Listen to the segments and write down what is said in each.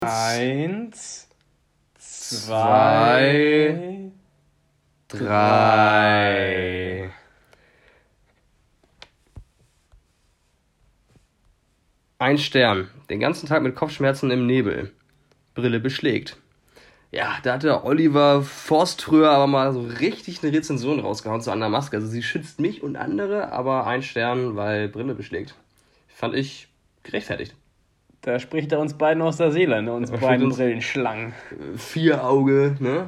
1, 2, 3. Ein Stern. Den ganzen Tag mit Kopfschmerzen im Nebel. Brille beschlägt. Ja, da hat der Oliver Forst früher aber mal so richtig eine Rezension rausgehauen zu Anna Maske. Also sie schützt mich und andere, aber ein Stern, weil Brille beschlägt. Fand ich gerechtfertigt. Da spricht er uns beiden aus der Seele, ne? Uns beiden Brillenschlangen. 4 Auge, ne?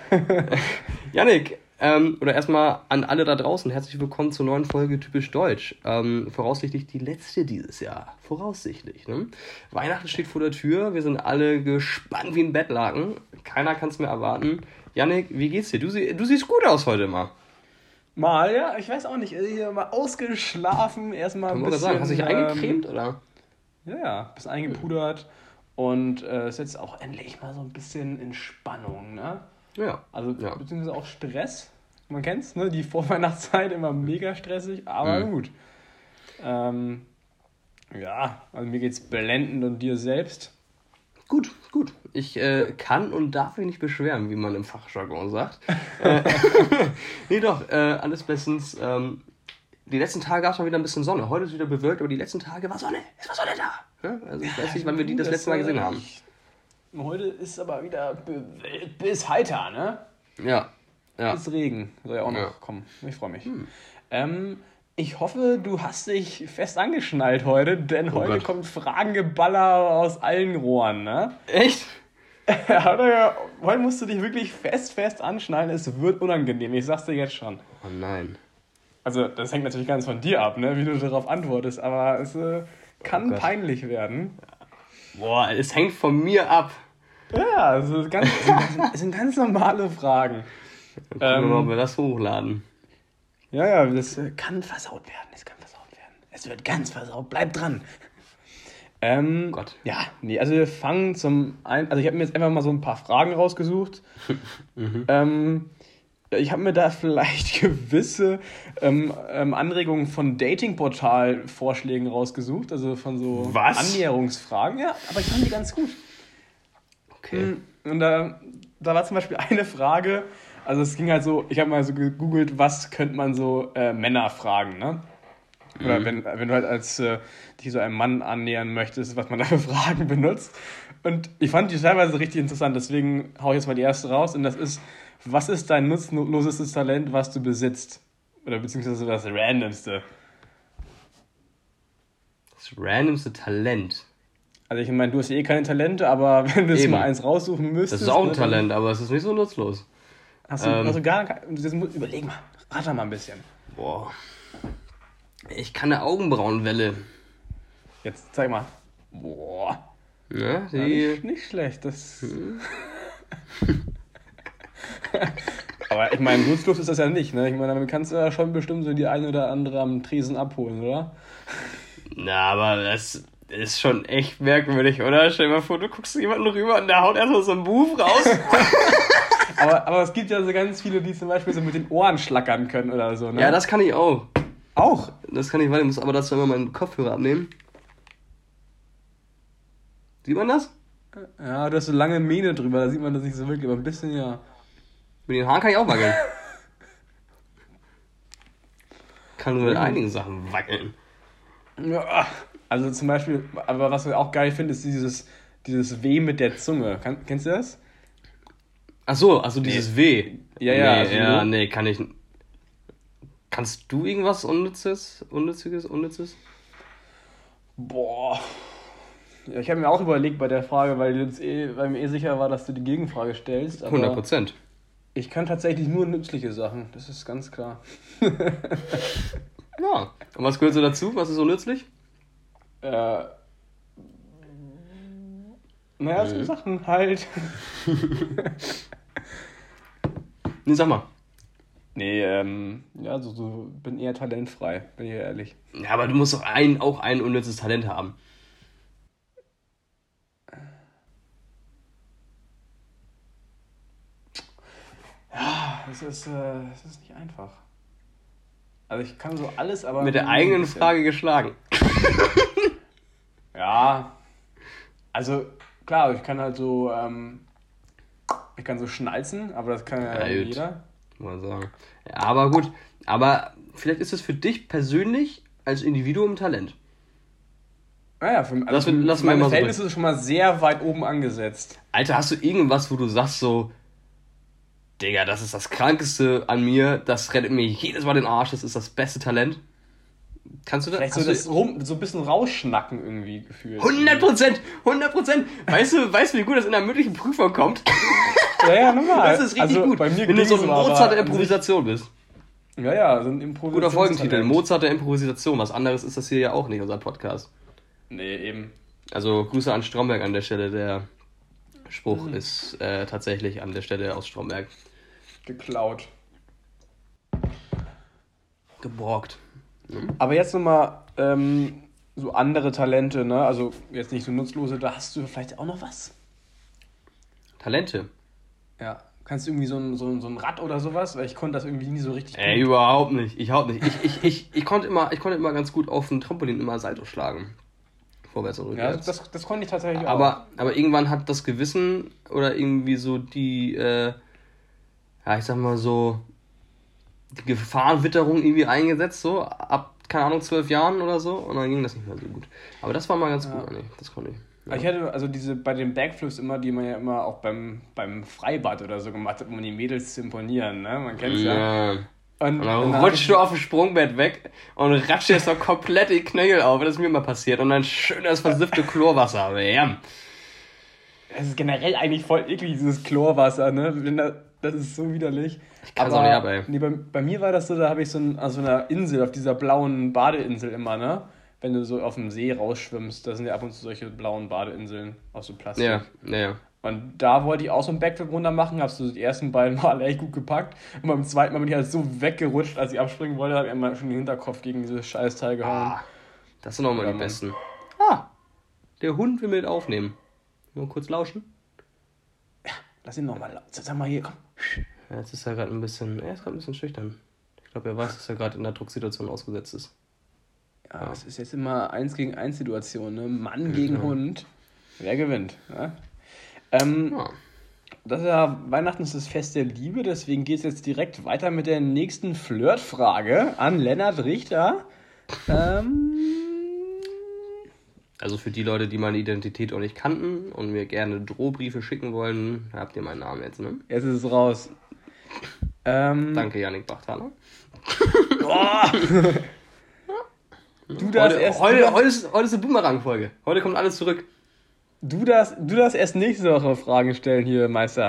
Yannick, oder erstmal an alle da draußen, herzlich willkommen zur neuen Folge Typisch Deutsch. Voraussichtlich die letzte dieses Jahr. Voraussichtlich, ne? Weihnachten steht vor der Tür, wir sind alle gespannt wie ein Bettlaken. Keiner kann es mehr erwarten. Yannick, wie geht's dir? Du siehst gut aus heute mal. Mal, ja, ich weiß auch nicht. Hier mal ausgeschlafen, erstmal ein bisschen. Sagen, hast du dich eingecremt, oder? Ja, ein bisschen eingepudert. Und ist jetzt auch endlich mal so ein bisschen Entspannung, ne? Ja. Also, beziehungsweise auch Stress. Man kennt's, ne? Die Vorweihnachtszeit immer mega stressig, aber gut. Ja, also mir geht's blendend und dir selbst? Gut. Ich kann und darf mich nicht beschweren, wie man im Fachjargon sagt. Nee, doch, alles bestens. Die letzten Tage gab es mal wieder ein bisschen Sonne. Heute ist wieder bewölkt, aber die letzten Tage war Sonne. Es war Sonne da. Ja? Also ich weiß nicht, wann wir die das letzte Mal gesehen haben. Heute ist aber wieder bis heiter, ne? Ja. Bis Regen soll ja auch noch kommen. Ich freue mich. Ich hoffe, du hast dich fest angeschnallt heute, denn heute kommt Fragengeballer aus allen Rohren, ne? Echt? Heute musst du dich wirklich fest anschnallen. Es wird unangenehm, ich sag's dir jetzt schon. Oh nein. Also, das hängt natürlich ganz von dir ab, ne, wie du darauf antwortest, aber es kann peinlich werden. Boah, es hängt von mir ab. Ja, es sind ganz normale Fragen. Gucken wir mal, ob wir das hochladen. Ja, das kann versaut werden. Es wird ganz versaut. Bleib dran. Gott. Ja, nee, also wir fangen also ich habe mir jetzt einfach mal so ein paar Fragen rausgesucht. Ich habe mir da vielleicht gewisse Anregungen von Datingportal-Vorschlägen rausgesucht, also von so Annäherungsfragen. Ja, aber ich fand die ganz gut. Okay. Und da war zum Beispiel eine Frage, also es ging halt so, ich habe mal so gegoogelt, was könnte man so Männer fragen, ne? Oder wenn du halt dich so einem Mann annähern möchtest, was man da für Fragen benutzt. Und ich fand die teilweise richtig interessant, deswegen hau ich jetzt mal die erste raus. Und das ist, was ist dein nutzlosestes Talent, was du besitzt? Oder beziehungsweise das randomste? Das randomste Talent? Also ich meine, du hast keine Talente, aber wenn du jetzt mal eins raussuchen müsstest... Das ist auch ein Talent, aber es ist nicht so nutzlos. Hast du gar kein... Überleg mal, rate mal ein bisschen. Boah. Ich kann eine Augenbrauenwelle. Jetzt zeig mal. Boah. Ja, nicht schlecht. Das. Aber ich meine, nutzlos ist das ja nicht, ne? Ich meine, damit kannst du ja schon bestimmt so die eine oder andere am Tresen abholen, oder? Na, aber das ist schon echt merkwürdig, oder? Stell dir mal vor, du guckst zu jemanden rüber und der haut erstmal so einen Move raus. aber es gibt ja so ganz viele, die zum Beispiel so mit den Ohren schlackern können oder so, ne? Ja, das kann ich auch. Auch? Das kann ich, weil ich muss aber dazu immer meinen Kopfhörer abnehmen. Sieht man das? Ja, du hast so lange Mähne drüber, da sieht man das nicht so wirklich, aber ein bisschen ja. Mit den Haaren kann ich auch wackeln. Kann nur mit einigen Sachen wackeln. Ja, also zum Beispiel, aber was ich auch geil finde, ist dieses W mit der Zunge. Kennst du das? Ach so, also dieses W. Ja. Nee, kann ich. Kannst du irgendwas Unnützes? Boah. Ja, ich habe mir auch überlegt bei der Frage, weil mir sicher war, dass du die Gegenfrage stellst. Aber 100%. Ich kann tatsächlich nur nützliche Sachen, das ist ganz klar. Ja. Und was gehört so dazu? Was ist so nützlich? So Sachen halt. Nee, sag mal. Nee, so bin eher talentfrei, bin ich ehrlich. Ja, aber du musst doch auch ein unnützes Talent haben. Ja, das ist nicht einfach. Also ich kann so alles, aber... Mit der eigenen Frage geschlagen. Ja, also klar, ich kann halt so, ich kann so schnalzen, aber das kann ja jeder. Mal sagen. Ja, aber gut, aber vielleicht ist es für dich persönlich als Individuum ein Talent. Naja, für meine Verhältnisse ist es schon mal sehr weit oben angesetzt. Alter, hast du irgendwas, wo du sagst so, Digga, das ist das Krankeste an mir, das rettet mir jedes Mal den Arsch, das ist das beste Talent? Kannst du das? Vielleicht so ein bisschen rausschnacken irgendwie gefühlt. 100%! Weißt du, wie gut das in der mündlichen Prüfung kommt? Ja, normal. Das ist richtig gut, bei mir wenn du so ein Mozart der Improvisation bist. Ja, so ein Improvisation. Guter Folgentitel, Mozart der Improvisation. Was anderes ist das hier ja auch nicht, unser Podcast. Nee, eben. Also Grüße an Stromberg an der Stelle, der Spruch ist tatsächlich an der Stelle aus Stromberg. Geklaut. Geborgt. Aber jetzt nochmal so andere Talente, ne? Also jetzt nicht so nutzlose, da hast du vielleicht auch noch was? Talente? Ja. Kannst du irgendwie so ein Rad oder sowas? Weil ich konnte das irgendwie nie so richtig gut. Überhaupt nicht. Ich konnte immer ganz gut auf dem Trampolin immer Salto schlagen. Vorwärts und rückwärts. Ja, das konnte ich tatsächlich auch. Aber irgendwann hat das Gewissen oder irgendwie so die, ich sag mal so, die Gefahrenwitterung irgendwie eingesetzt, so ab, keine Ahnung, 12 Jahren oder so, und dann ging das nicht mehr so gut. Aber das war mal ganz gut, nee, das konnte ich. Ja. Ich hatte also bei den Backflips immer, die man ja immer auch beim Freibad oder so gemacht hat, um die Mädels zu imponieren, ne? Man kennt's ja. Und dann rutschst du auf dem Sprungbett weg und ratscht dir so komplett die Knöchel auf, das ist mir immer passiert. Und dann schön das versiffte Chlorwasser. Bam. Es ist generell eigentlich voll eklig, dieses Chlorwasser, ne? Das ist so widerlich. Ich kann's auch nicht ab, ey. Nee, bei mir war das so, da habe ich auf so einer Insel, auf dieser blauen Badeinsel immer, ne? Wenn du so auf dem See rausschwimmst, da sind ja ab und zu solche blauen Badeinseln aus so Plastik. Ja. Und da wollte ich auch so einen Backflip runter machen, hab's so die ersten beiden Mal echt gut gepackt. Und beim zweiten Mal bin ich halt so weggerutscht, als ich abspringen wollte, habe ich einmal schon den Hinterkopf gegen dieses Scheißteil gehauen. Das sind auch mal die besten. Der Hund will mit aufnehmen. Mal kurz lauschen. Ja, lass ihn nochmal laut. Sag mal hier, komm. Ja, jetzt ist er gerade ein bisschen schüchtern. Ich glaube, er weiß, dass er gerade in der Drucksituation ausgesetzt ist. Ja, das ist jetzt immer 1 gegen 1 Situation, ne? Mann gegen Hund. Wer gewinnt? Ja? Das ist ja, Weihnachten ist das Fest der Liebe, deswegen geht es jetzt direkt weiter mit der nächsten Flirtfrage an Lennart Richter. Also für die Leute, die meine Identität auch nicht kannten und mir gerne Drohbriefe schicken wollen, habt ihr meinen Namen jetzt, ne? Jetzt ist es raus. Danke, Yannick Bachtaler. Heute ist eine Boomerang-Folge. Heute kommt alles zurück. Du darfst erst nächste Woche Fragen stellen hier, Meister.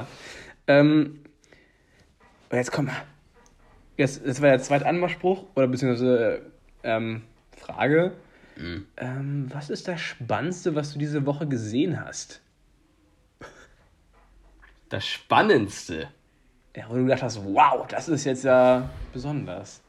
Jetzt komm mal. Das war der zweite Anmachspruch, oder beziehungsweise Frage. Was ist das Spannendste, was du diese Woche gesehen hast? Das Spannendste? Ja, wo du gedacht hast, wow, das ist jetzt ja besonders.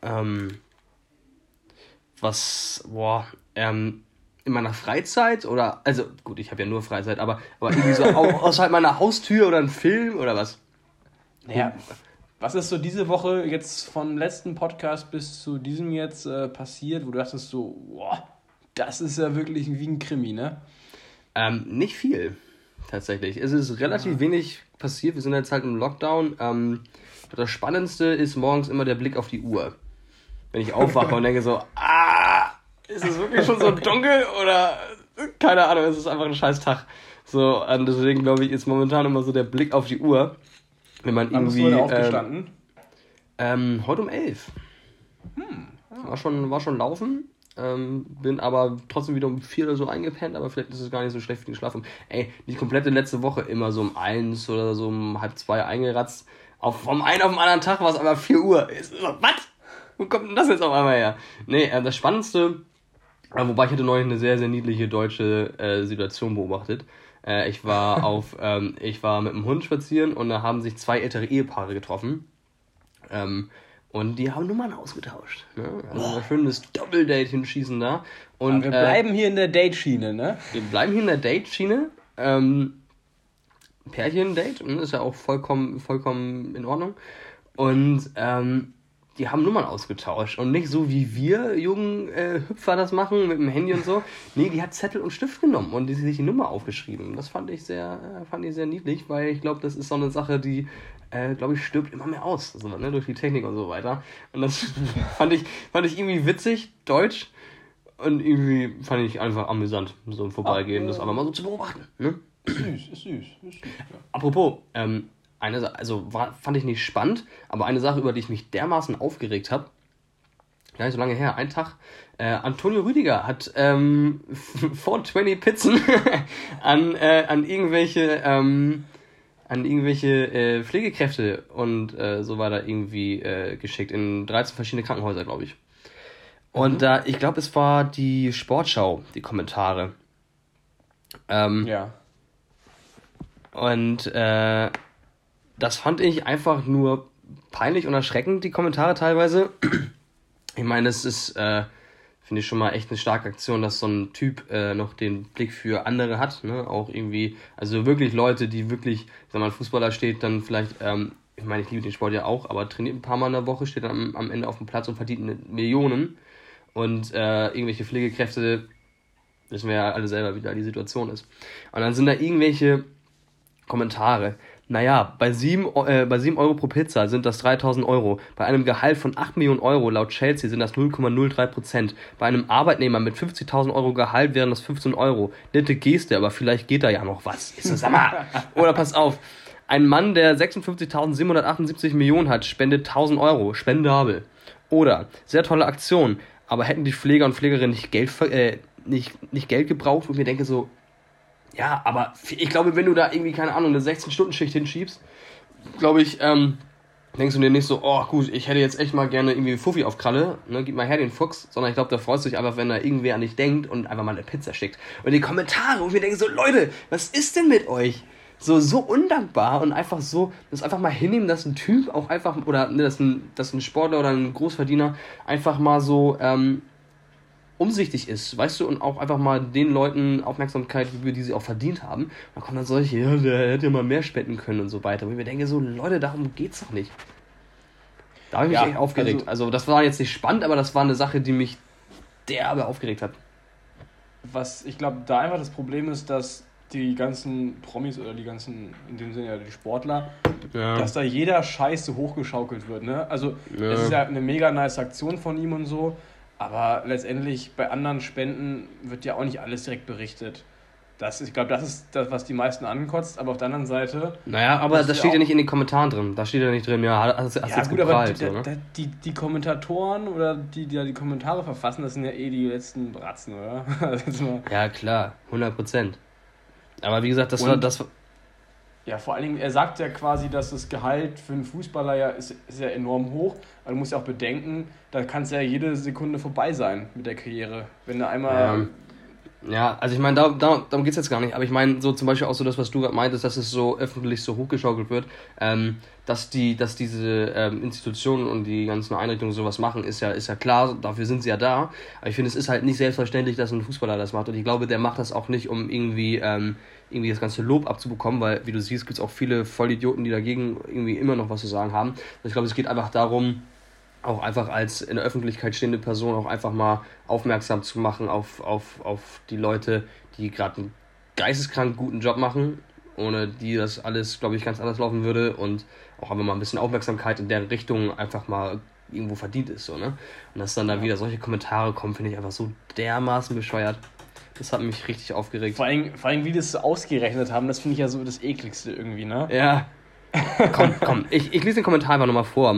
In meiner Freizeit oder, also gut, ich habe ja nur Freizeit, aber irgendwie so außerhalb meiner Haustür oder ein Film oder was? Naja, was ist so diese Woche jetzt vom letzten Podcast bis zu diesem jetzt passiert, wo du dachtest so, wow, das ist ja wirklich wie ein Krimi, ne? Nicht viel, tatsächlich. Es ist relativ wenig passiert, wir sind jetzt halt im Lockdown. Das Spannendste ist morgens immer der Blick auf die Uhr. Wenn ich aufwache und denke so, ist es wirklich schon so dunkel oder keine Ahnung, es ist einfach ein scheiß Tag. So, und deswegen glaube ich, ist momentan immer so der Blick auf die Uhr. Wenn man Wann bist du heute aufgestanden? Heute um 11. War schon laufen. Bin aber trotzdem wieder um 4 oder so eingepennt, aber vielleicht ist es gar nicht so schlecht für den Schlaf. Ey, die komplette letzte Woche immer so um 1 oder so um 1:30 eingeratzt. Vom einen auf den anderen Tag war es aber 4 Uhr. Was? Wo kommt denn das jetzt auf einmal her? Nee, das Spannendste, wobei ich hatte neulich eine sehr, sehr niedliche deutsche Situation beobachtet. Ich war mit dem Hund spazieren und da haben sich 2 ältere Ehepaare getroffen. Und die haben Nummern ausgetauscht. Ne? Also ein schönes Double-Date hinschießen da. Und, wir bleiben hier in der Date-Schiene, ne? Wir bleiben hier in der Date-Schiene. Pärchen-Date, ist ja auch vollkommen in Ordnung. Und die haben Nummern ausgetauscht und nicht so wie wir jungen Hüpfer das machen mit dem Handy und so. Nee, die hat Zettel und Stift genommen und sich die Nummer aufgeschrieben. Das fand ich sehr niedlich, weil ich glaube, das ist so eine Sache, die, glaube ich, stirbt immer mehr aus, also, ne, durch die Technik und so weiter. Und das fand ich irgendwie witzig, deutsch, und irgendwie fand ich einfach amüsant, so im Vorbeigehen, das einfach mal so zu beobachten. Ne? Ist süß. Ja. Apropos, fand ich nicht spannend, aber eine Sache, über die ich mich dermaßen aufgeregt habe, gar nicht so lange her, ein Tag, Antonio Rüdiger hat 420 Pizzen an irgendwelche Pflegekräfte und so weiter irgendwie geschickt, in 13 verschiedene Krankenhäuser, glaube ich. Und ich glaube, es war die Sportschau, die Kommentare. Ja. Und das fand ich einfach nur peinlich und erschreckend, die Kommentare teilweise. Ich meine, es ist, finde ich schon mal echt eine starke Aktion, dass so ein Typ noch den Blick für andere hat, ne? Auch irgendwie, also wirklich Leute, die wirklich, ich sag mal, ein Fußballer steht dann vielleicht, ich meine, ich liebe den Sport ja auch, aber trainiert ein paar Mal in der Woche, steht dann am Ende auf dem Platz und verdient Millionen. Und irgendwelche Pflegekräfte, wissen wir ja alle selber, wie da die Situation ist. Und dann sind da irgendwelche Kommentare. Naja, bei 7 Euro pro Pizza sind das 3.000 Euro. Bei einem Gehalt von 8 Millionen Euro laut Chelsea sind das 0,03%. Bei einem Arbeitnehmer mit 50.000 Euro Gehalt wären das 15 Euro. Nette Geste, aber vielleicht geht da ja noch was. Ist das mal? Oder pass auf. Ein Mann, der 56.778 Millionen hat, spendet 1.000 Euro. Spendabel. Oder, sehr tolle Aktion, aber hätten die Pfleger und Pflegerinnen nicht Geld gebraucht, wo ich mir denke so, ja, aber ich glaube, wenn du da irgendwie, keine Ahnung, eine 16-Stunden-Schicht hinschiebst, glaube ich, denkst du dir nicht so, oh gut, ich hätte jetzt echt mal gerne irgendwie Fuffi auf Kralle, ne, gib mal her den Fuchs, sondern ich glaube, da freust du dich einfach, wenn da irgendwer an dich denkt und einfach mal eine Pizza schickt. Und die Kommentare, wo ich mir denke so, Leute, was ist denn mit euch? So undankbar und einfach so, das einfach mal hinnehmen, dass ein Typ auch einfach, oder ne, dass ein Sportler oder ein Großverdiener einfach mal so, umsichtig ist, weißt du, und auch einfach mal den Leuten Aufmerksamkeit gebührt, die sie auch verdient haben. Da kommen dann solche, ja, der hätte ja mal mehr spenden können und so weiter. Wo ich mir denke, so, Leute, darum geht's doch nicht. Da habe ich mich echt aufgeregt. Also, das war jetzt nicht spannend, aber das war eine Sache, die mich derbe aufgeregt hat. Was ich glaube, da einfach das Problem ist, dass die ganzen Promis oder die ganzen, in dem Sinne ja die Sportler, dass da jeder Scheiß so hochgeschaukelt wird, ne? Also, es ist ja eine mega nice Aktion von ihm und so, aber letztendlich bei anderen Spenden wird ja auch nicht alles direkt berichtet. Ich glaube, das ist das, was die meisten ankotzt, aber auf der anderen Seite... Naja, aber das steht ja nicht in den Kommentaren drin. Da steht ja nicht drin, ja, hast jetzt gut, geprahlt. Aber die Kommentatoren oder die da die Kommentare verfassen, das sind ja eh die letzten Bratzen, oder? Ja, klar, 100%. Aber wie gesagt, das war... Ja, vor allen Dingen, er sagt ja quasi, dass das Gehalt für einen Fußballer ja ist ja enorm hoch. Aber du musst ja auch bedenken, da kann es ja jede Sekunde vorbei sein mit der Karriere. Wenn du einmal... Ja, also ich meine, darum geht es jetzt gar nicht. Aber ich meine, so zum Beispiel auch so das, was du gerade meintest, dass es so öffentlich so hochgeschaukelt wird, dass diese Institutionen und die ganzen Einrichtungen sowas machen, ist ja klar, dafür sind sie ja da. Aber ich finde, es ist halt nicht selbstverständlich, dass ein Fußballer das macht. Und ich glaube, der macht das auch nicht, um irgendwie das ganze Lob abzubekommen, weil, wie du siehst, gibt es auch viele Vollidioten, die dagegen irgendwie immer noch was zu sagen haben. Ich glaube, es geht einfach darum, auch einfach als in der Öffentlichkeit stehende Person auch einfach mal aufmerksam zu machen auf die Leute, die gerade einen geisteskrank guten Job machen, ohne die das alles, glaube ich, ganz anders laufen würde, und auch einfach mal ein bisschen Aufmerksamkeit in deren Richtung einfach mal irgendwo verdient ist, so, ne? Und dass dann da wieder solche Kommentare kommen, finde ich einfach so dermaßen bescheuert. Das hat mich richtig aufgeregt. Vor allem wie die das so ausgerechnet haben, das finde ich ja so das Ekligste irgendwie, ne? Ja. Komm, ich lese den Kommentar einfach nochmal vor.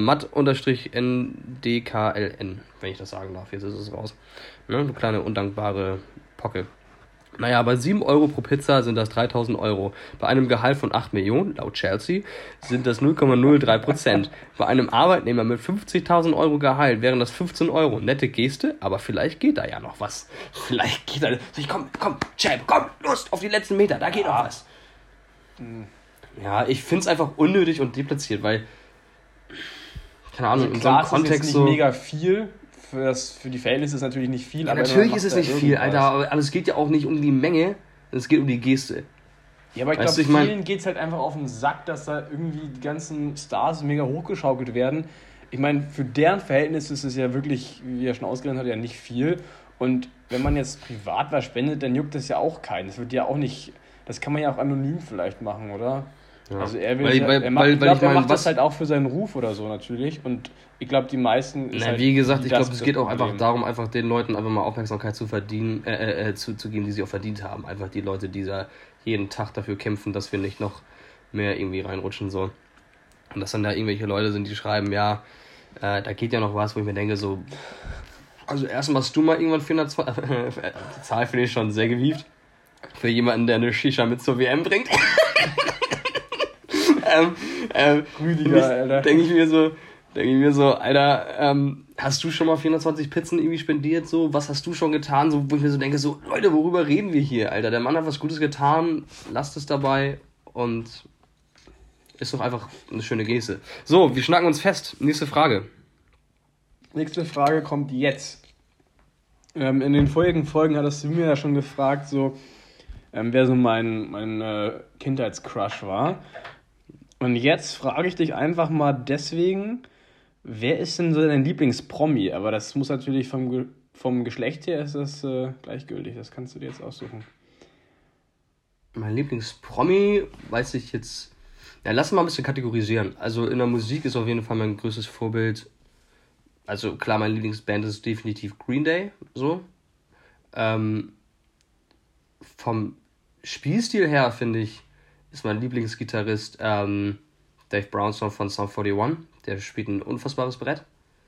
Matt-NDKLN, wenn ich das sagen darf. Jetzt ist es raus. Ne, du kleine undankbare Pocke. Naja, bei 7 Euro pro Pizza sind das 3.000 Euro. Bei einem Gehalt von 8 Millionen, laut Chelsea, sind das 0,03%. Bei einem Arbeitnehmer mit 50.000 Euro Gehalt wären das 15 Euro. Nette Geste, aber vielleicht geht da ja noch was. Vielleicht geht da... Komm, Champ, komm, Lust auf die letzten Meter, da geht noch was. Ja, ich finde es einfach unnötig und deplatziert, weil, keine Ahnung, in so einem Kontext ist nicht mega viel, für die Verhältnisse ist es natürlich nicht viel. Ja, aber natürlich ist es nicht viel, Alter, aber es geht ja auch nicht um die Menge, es geht um die Geste. Ja, aber ich glaube, vielen geht es halt einfach auf den Sack, dass da irgendwie die ganzen Stars mega hochgeschaukelt werden. ich meine, für deren Verhältnisse ist es ja wirklich, wie er schon ausgelernt hat, ja nicht viel. Und wenn man jetzt privat was spendet, dann juckt das ja auch keinen. Das wird ja auch nicht, das kann man ja auch anonym vielleicht machen, oder? Ja. Also er will, er macht das halt auch für seinen Ruf oder so natürlich. Und ich glaube, die meisten ist halt, wie gesagt, ich glaube, es geht auch einfach darum, einfach den Leuten einfach mal Aufmerksamkeit zu verdienen, zu geben, die sie auch verdient haben. Einfach die Leute, die da jeden Tag dafür kämpfen, dass wir nicht noch mehr irgendwie reinrutschen sollen. Und dass dann da irgendwelche Leute sind, die schreiben, ja, da geht ja noch was, wo ich mir denke, so, also erstmal hast du mal irgendwann 420, die Zahl finde ich schon sehr gewieft, für jemanden, der eine Shisha mit zur WM bringt. Rüdiger, Alter. Denke ich mir so, Alter, hast du schon mal 420 Pizzen irgendwie spendiert, so, was hast du schon getan, so, wo ich mir so denke, so, Leute, worüber reden wir hier, Alter, der Mann hat was Gutes getan, lasst es dabei und ist doch einfach eine schöne Geste. So, wir schnacken uns fest, nächste Frage. Nächste Frage kommt jetzt. In den vorigen Folgen hattest du mir ja schon gefragt, so, wer so mein Kindheitscrush war. Und jetzt frage ich dich einfach mal deswegen, wer ist denn so dein Lieblingspromi? Aber das muss natürlich vom Geschlecht her ist das gleichgültig. Das kannst du dir jetzt aussuchen. Mein Lieblingspromi, weiß ich jetzt. Ja, lass mal ein bisschen kategorisieren. Also in der Musik ist auf jeden Fall mein größtes Vorbild. Also klar, meine Lieblingsband ist definitiv Green Day. So. Vom Spielstil her, finde ich, ist mein Lieblingsgitarrist Dave Brownstone von Sum 41. Der spielt ein unfassbares Brett.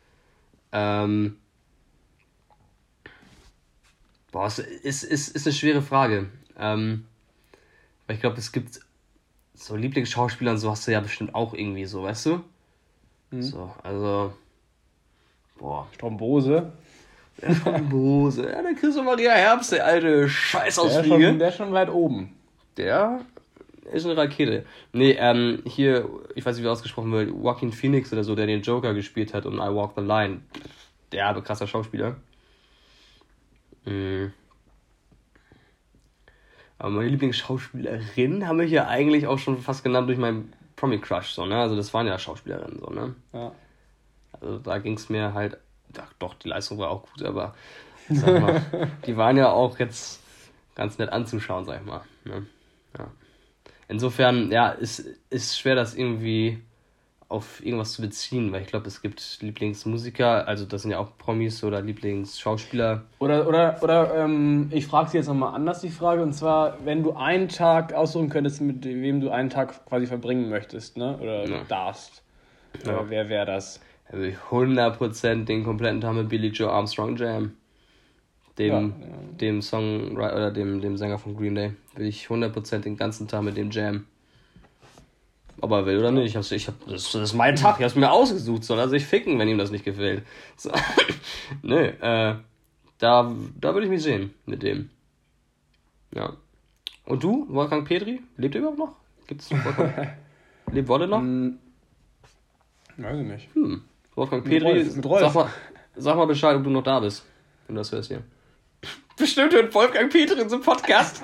Es ist eine schwere Frage. Weil ich glaube, es gibt so Lieblingsschauspieler und so hast du ja bestimmt auch irgendwie so, weißt du? So, also... Strombose. Ja, der Christoph Maria Herbst, der alte Scheißausfliege. Der ist schon weit oben. Der ist eine Rakete. Nee, hier, ich weiß nicht, wie ausgesprochen wird, Joaquin Phoenix oder so, der den Joker gespielt hat und I Walk the Line. Der aber krasser Schauspieler. Aber meine Lieblingsschauspielerin haben wir hier eigentlich auch schon fast genannt durch meinen Promi-Crush, so, ne? Also das waren ja Schauspielerinnen, so, ne? Ja. Also da ging es mir halt, doch, die Leistung war auch gut, aber sag mal, die waren ja auch jetzt ganz nett anzuschauen, sag ich mal. Ne? Ja. Insofern, ja, ist schwer, das irgendwie auf irgendwas zu beziehen, weil ich glaube, es gibt Lieblingsmusiker, also das sind ja auch Promis oder Lieblingsschauspieler. Oder ich frage Sie jetzt nochmal anders die Frage, und zwar, wenn du einen Tag aussuchen könntest, mit wem du einen Tag quasi verbringen möchtest, ne? Oder darfst. Ja. Wer wäre das? Also 100% den kompletten Tag mit Billy Joe Armstrong Jam. Dem Song oder dem Sänger von Green Day. Will ich 100% den ganzen Tag mit dem Jam. Ob er will oder nicht. Das ist mein Tag. Ich hab's mir ausgesucht. Soll er sich ficken, wenn ihm das nicht gefällt. So. Nö, da würde ich mich sehen mit dem. Ja. Und du, Wolfgang Petri? Lebt er überhaupt noch? Gibt's noch Wolfgang? Lebt Wolle noch? Weiß ich nicht. Wolfgang Petri, mit Rolf. Sag mal Bescheid, ob du noch da bist. Wenn du das hörst hier. Bestimmt hört Wolfgang Petri in so einem Podcast.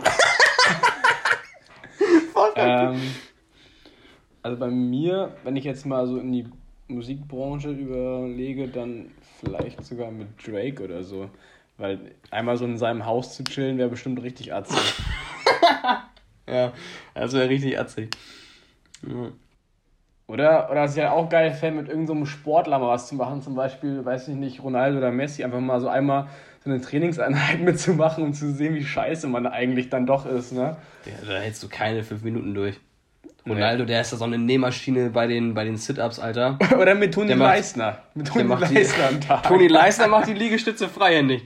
Also bei mir, wenn ich jetzt mal so in die Musikbranche überlege, dann vielleicht sogar mit Drake oder so. Weil einmal so in seinem Haus zu chillen, wäre bestimmt richtig atzig. Ja, das wäre richtig atzig. Ja. Oder was ich ja auch geil fände, mit irgendeinem so Sportler mal was zu machen, zum Beispiel, weiß ich nicht, Ronaldo oder Messi, einfach mal so einmal so eine Trainingseinheit mitzumachen, um zu sehen, wie scheiße man eigentlich dann doch ist, ne? Ja, da hältst du keine 5 Minuten durch. Ronaldo, der ist da so eine Nähmaschine bei den Sit-Ups, Alter. Oder mit Toni Leisner. Am Tag. Toni Leisner macht die Liegestütze freihändig.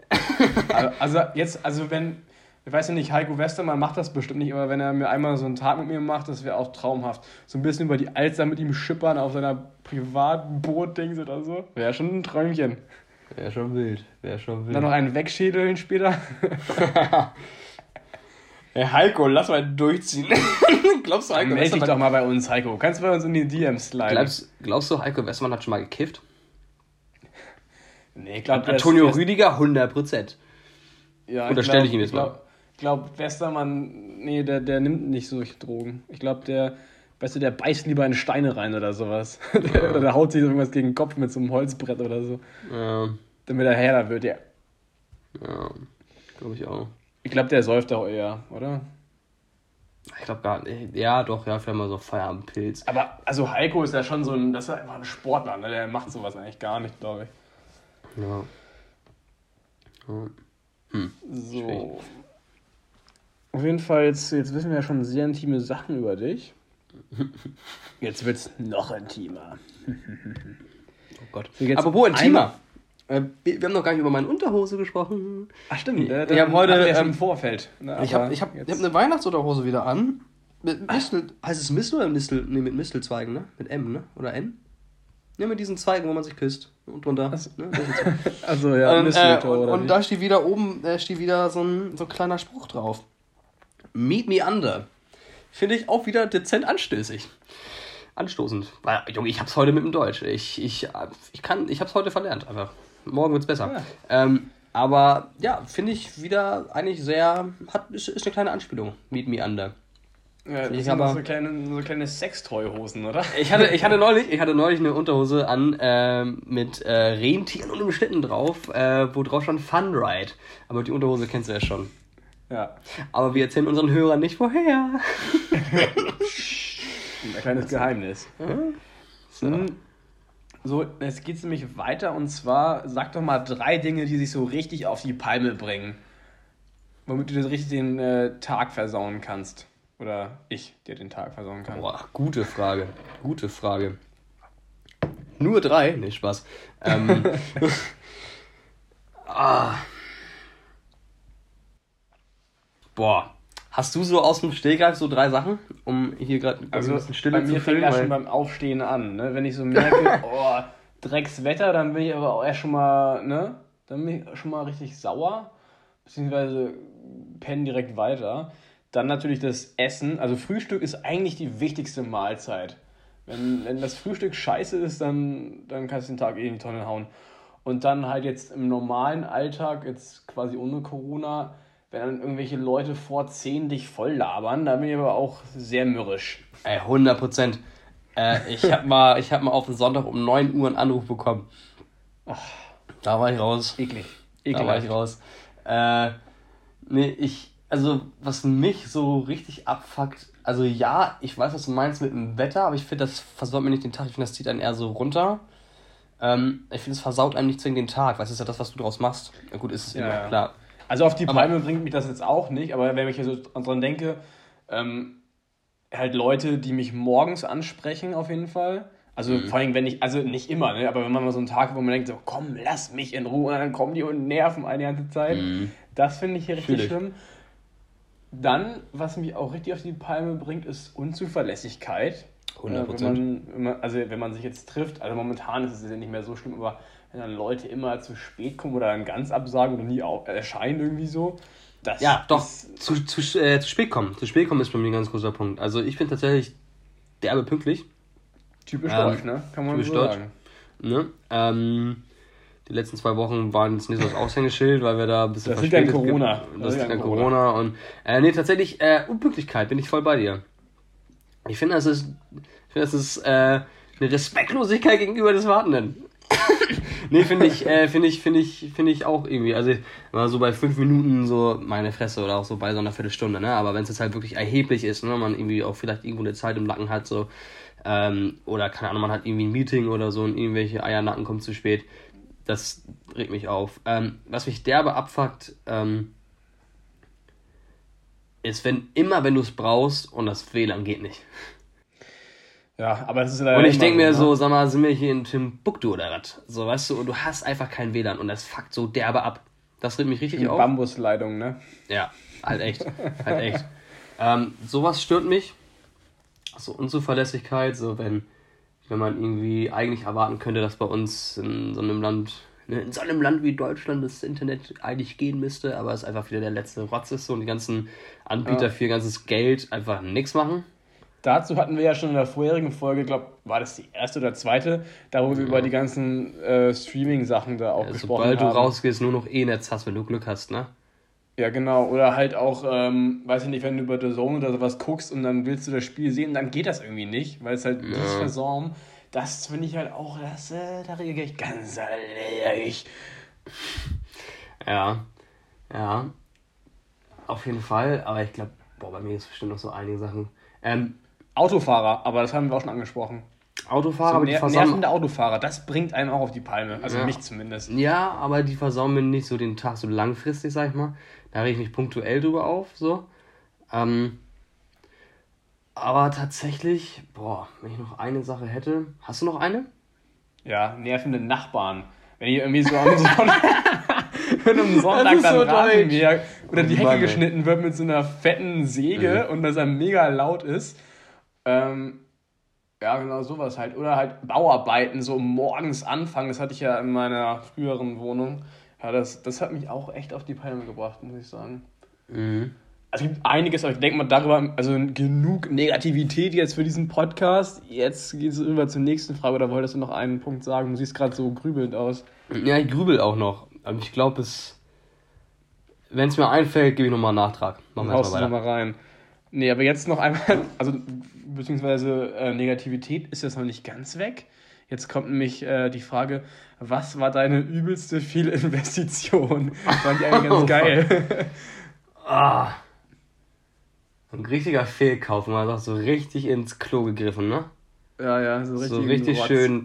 Wenn, ich weiß ja nicht, Heiko Westermann macht das bestimmt nicht, aber wenn er mir einmal so einen Tag mit mir macht, das wäre auch traumhaft. So ein bisschen über die Alster mit ihm schippern auf seiner privaten Boot-Dings oder so. Wäre schon ein Träumchen. Wäre schon wild. Dann noch einen wegschädeln später. Hey Heiko, lass mal durchziehen. Glaubst du, Heiko meld dich doch mal bei uns, Heiko. Kannst du bei uns in die DMs sliden? Glaubst du, Heiko Westermann hat schon mal gekifft? Nee, ich glaube... Antonio Rüdiger 100%. Ja, unterstelle ich ihm jetzt mal. Ich glaube, Westermann, nee, der nimmt nicht solche Drogen. Ich glaube, weißt du, der beißt lieber in Steine rein oder sowas. Oder der haut sich irgendwas gegen den Kopf mit so einem Holzbrett oder so. Ja. Damit er härter wird, ja. Ja, glaube ich auch. Ich glaube, der säuft auch eher, oder? Ich glaube gar nicht. Ja, doch, ja, vielleicht mal so Feierabendpilz. Aber, also Heiko ist ja schon so ein, das ist einfach ein Sportler, ne? Der macht sowas eigentlich gar nicht, glaube ich. Ja. So. Schwierig. Auf jeden Fall, jetzt wissen wir ja schon sehr intime Sachen über dich. Jetzt wird's noch intimer. Oh Gott. Jetzt Apropos intimer. Wir haben noch gar nicht über meine Unterhose gesprochen. Ach stimmt, ich habe heute ja schon im Vorfeld. Ne? Ich hab eine Weihnachtsunterhose wieder an. Mit Mistel. Heißt es Mistel oder Mistel? Ne, mit Mistelzweigen, ne? Mit M, ne? Oder N? Ja, mit diesen Zweigen, wo man sich küsst. Und drunter. Ne? Also ja, und da steht wieder oben, so ein kleiner Spruch drauf. Meet me under. Finde ich auch wieder dezent anstößig. Anstoßend. Weil, Junge, ich hab's heute mit dem Deutsch. Ich hab's heute verlernt einfach. Morgen wird's besser. Ja. Aber ja, finde ich wieder eigentlich sehr, ist eine kleine Anspielung. Meet me under. Ja, das sind so kleine Sextoy-Hosen, oder? Ich hatte neulich eine Unterhose an mit Rentieren und einem Schlitten drauf, wo drauf stand Fun Ride. Aber die Unterhose kennst du ja schon. Ja. Aber wir erzählen unseren Hörern nicht woher. Ein kleines Geheimnis. So, jetzt geht's nämlich weiter und zwar, sag doch mal 3 Dinge, die sich so richtig auf die Palme bringen. Womit du dir richtig den Tag versauen kannst. Oder ich dir den Tag versauen kann. Boah, gute Frage. Nur 3? Nee, Spaß. Boah. Hast du so aus dem Stegreif so 3 Sachen, um hier gerade ein bisschen Stille zu füllen? Bei mir fängt das schon beim Aufstehen an, ne? Wenn ich so merke, Dreckswetter, dann bin ich aber auch erst schon mal, ne? Dann bin ich schon mal richtig sauer, beziehungsweise pennen direkt weiter. Dann natürlich das Essen, also Frühstück ist eigentlich die wichtigste Mahlzeit. Wenn das Frühstück scheiße ist, dann kannst du den Tag in die Tonne hauen. Und dann halt jetzt im normalen Alltag, jetzt quasi ohne Corona, wenn dann irgendwelche Leute vor 10 dich voll labern, da bin ich aber auch sehr mürrisch. 100%. Ich hab mal auf den Sonntag um 9 Uhr einen Anruf bekommen. Da war ich raus. Eklig. Da war ich raus. Also was mich so richtig abfuckt, also ja, ich weiß, was du meinst mit dem Wetter, aber ich finde, das versaut mir nicht den Tag, ich finde, das zieht einen eher so runter. Ich finde, es versaut einem nicht zwingend den Tag, weil es ist ja das, was du draus machst. Ja gut, ist es immer, klar. Also auf die Palme bringt mich das jetzt auch nicht, aber wenn ich hier so dran denke, halt Leute, die mich morgens ansprechen auf jeden Fall. Also vor allem, also nicht immer, ne? Aber wenn man mal so einen Tag hat, wo man denkt so, komm, lass mich in Ruhe, und dann kommen die und nerven eine ganze Zeit. Das finde ich hier richtig schlimm. Dann, was mich auch richtig auf die Palme bringt, ist Unzuverlässigkeit. 100%. Wenn man sich jetzt trifft, also momentan ist es ja nicht mehr so schlimm, aber wenn dann Leute immer zu spät kommen oder dann ganz absagen oder nie erscheinen irgendwie so. Zu spät kommen. Zu spät kommen ist bei mir ein ganz großer Punkt. Also ich bin tatsächlich derbe pünktlich. Typisch deutsch, ne? Kann man so sagen. Ne? Die letzten 2 Wochen waren jetzt nicht so das Aushängeschild, weil wir da ein bisschen verspätet sind. Das liegt an Corona. Und tatsächlich, Unpünktlichkeit, bin ich voll bei dir. Ich finde, das ist eine Respektlosigkeit gegenüber des Wartenden. Nee, finde ich auch irgendwie. Also mal so bei 5 Minuten so meine Fresse oder auch so bei so einer Viertelstunde, ne? Aber wenn es jetzt halt wirklich erheblich ist, ne, man irgendwie auch vielleicht irgendwo eine Zeit im Nacken hat, so, oder keine Ahnung, man hat irgendwie ein Meeting oder so und irgendwelche Eiernacken kommen zu spät, das regt mich auf. Was mich derbe abfuckt, ist, wenn du es brauchst und das WLAN geht nicht. Ja, aber das ist leider. Und ich denke mir so, sag mal, sind wir hier in Timbuktu oder was? So, weißt du, und du hast einfach kein WLAN und das fuckt so derbe ab. Das regt mich richtig auf. Bambusleitung, ne? Ja, halt echt. Sowas stört mich. So Unzuverlässigkeit, so wenn man irgendwie eigentlich erwarten könnte, dass bei uns in so einem Land wie Deutschland das Internet eigentlich gehen müsste, aber es einfach wieder der letzte Rotz ist so und die ganzen Anbieter für ihr ganzes Geld einfach nichts machen. Dazu hatten wir ja schon in der vorherigen Folge, glaube war das die erste oder zweite, da wo wir über die ganzen Streaming-Sachen da auch gesprochen haben. Sobald du rausgehst, nur noch E-Netz hast, wenn du Glück hast, ne? Ja, genau. Oder halt auch, weiß ich nicht, wenn du über The Zone oder sowas guckst und dann willst du das Spiel sehen, dann geht das irgendwie nicht, weil es halt dieses Versorgen, das finde ich halt auch, da reagiere ich ganz allergisch. Ja, auf jeden Fall, aber ich glaube, bei mir ist bestimmt noch so einige Sachen. Autofahrer, aber das haben wir auch schon angesprochen. Autofahrer, so aber die versauen... nervende Autofahrer, das bringt einem auch auf die Palme, also mich zumindest. Ja, aber die versauen mir nicht so den Tag so langfristig, sag ich mal. Da rege ich mich punktuell drüber auf, so. Aber tatsächlich, wenn ich noch eine Sache hätte... Hast du noch eine? Ja, nervende Nachbarn. Wenn die irgendwie so am Sonntag dann so Rasenmäher oder die Hecke geschnitten wird mit so einer fetten Säge und das dann mega laut ist. Ja, genau, sowas halt. Oder halt Bauarbeiten, so morgens anfangen. Das hatte ich ja in meiner früheren Wohnung. Ja, das hat mich auch echt auf die Palme gebracht, muss ich sagen. Mhm. Also es gibt einiges, aber ich denke mal darüber, also genug Negativität jetzt für diesen Podcast. Jetzt geht es über zur nächsten Frage. Oder wolltest du noch einen Punkt sagen? Du siehst gerade so grübelnd aus. Ja, ich grübel auch noch. Aber ich glaube, wenn es mir einfällt, gebe ich nochmal einen Nachtrag. Machen wir erstmal weiter. Noch mal rein. Nee, aber jetzt noch einmal, also beziehungsweise Negativität ist jetzt noch nicht ganz weg. Jetzt kommt nämlich die Frage, was war deine übelste Fehlinvestition? Fand ich eigentlich ganz geil. Ein richtiger Fehlkauf, man sagt so richtig ins Klo gegriffen, ne? Ja, so richtig Rotz. Schön.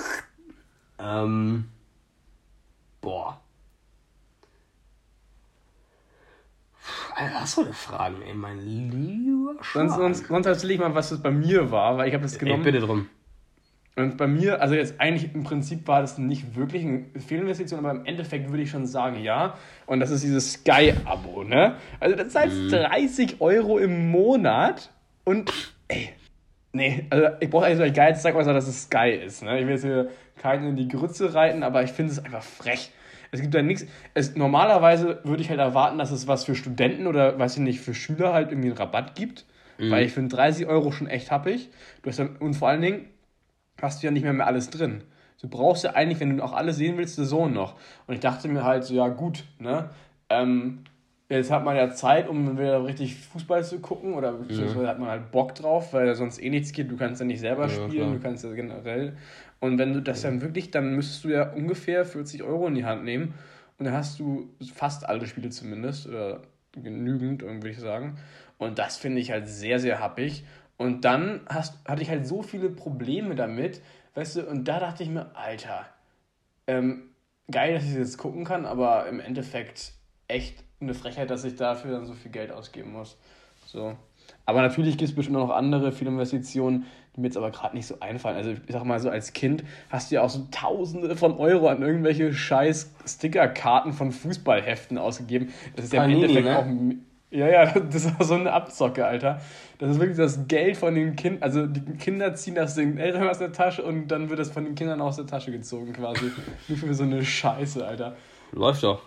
Alter, hast du eine Frage, ey, mein lieber Schwan. Sonst erzähl ich mal, was das bei mir war, weil ich habe das genommen. Bitte drum. Und bei mir, also jetzt eigentlich im Prinzip war das nicht wirklich eine Fehlinvestition, aber im Endeffekt würde ich schon sagen, ja. Und das ist dieses Sky-Abo, ne? Also das heißt 30 € im Monat und, also ich brauche eigentlich so ein geiles Zeug, dass es Sky ist, ne? Ich will jetzt hier keinen in die Grütze reiten, aber ich finde es einfach frech. Es gibt da nichts. Normalerweise würde ich halt erwarten, dass es was für Studenten oder, weiß ich nicht, für Schüler halt irgendwie einen Rabatt gibt, weil ich finde 30 € schon echt happig. Und vor allen Dingen hast du ja nicht mehr alles drin. Du brauchst ja eigentlich, wenn du auch alles sehen willst, The Zone noch. Und ich dachte mir halt so, ja gut, ne, jetzt hat man ja Zeit, um wieder richtig Fußball zu gucken oder beziehungsweise hat man halt Bock drauf, weil sonst eh nichts geht. Du kannst ja nicht selber spielen, klar. Du kannst ja generell. Und wenn du das dann wirklich, dann müsstest du ja ungefähr 40 € in die Hand nehmen und dann hast du fast alle Spiele zumindest, oder genügend, würde ich sagen. Und das finde ich halt sehr, sehr happig. Und dann hatte ich halt so viele Probleme damit, weißt du, und da dachte ich mir, Alter, geil, dass ich das jetzt gucken kann, aber im Endeffekt echt eine Frechheit, dass ich dafür dann so viel Geld ausgeben muss. So. Aber natürlich gibt es bestimmt noch andere Fehlinvestitionen, die mir jetzt aber gerade nicht so einfallen. Also ich sag mal so, als Kind hast du ja auch so Tausende von Euro an irgendwelche scheiß Stickerkarten von Fußballheften ausgegeben. Das ist ja im Endeffekt, ne? Auch... Ja, das war so eine Abzocke, Alter. Das ist wirklich das Geld von den Kindern, also die Kinder ziehen das den Eltern aus der Tasche und dann wird das von den Kindern aus der Tasche gezogen quasi. Nur für so eine Scheiße, Alter. Läuft doch.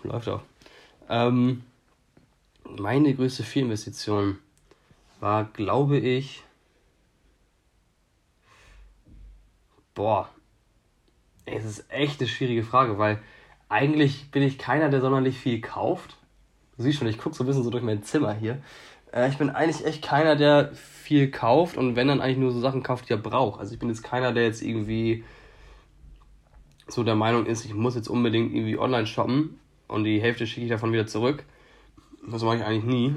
Meine größte Fehlinvestition war, glaube ich... Es ist echt eine schwierige Frage, weil eigentlich bin ich keiner, der sonderlich viel kauft. Du siehst schon, ich gucke so ein bisschen so durch mein Zimmer hier. Ich bin eigentlich echt keiner, der viel kauft und wenn dann eigentlich nur so Sachen kauft, die er braucht. Also ich bin jetzt keiner, der jetzt irgendwie so der Meinung ist, ich muss jetzt unbedingt irgendwie online shoppen und die Hälfte schicke ich davon wieder zurück. Das mache ich eigentlich nie.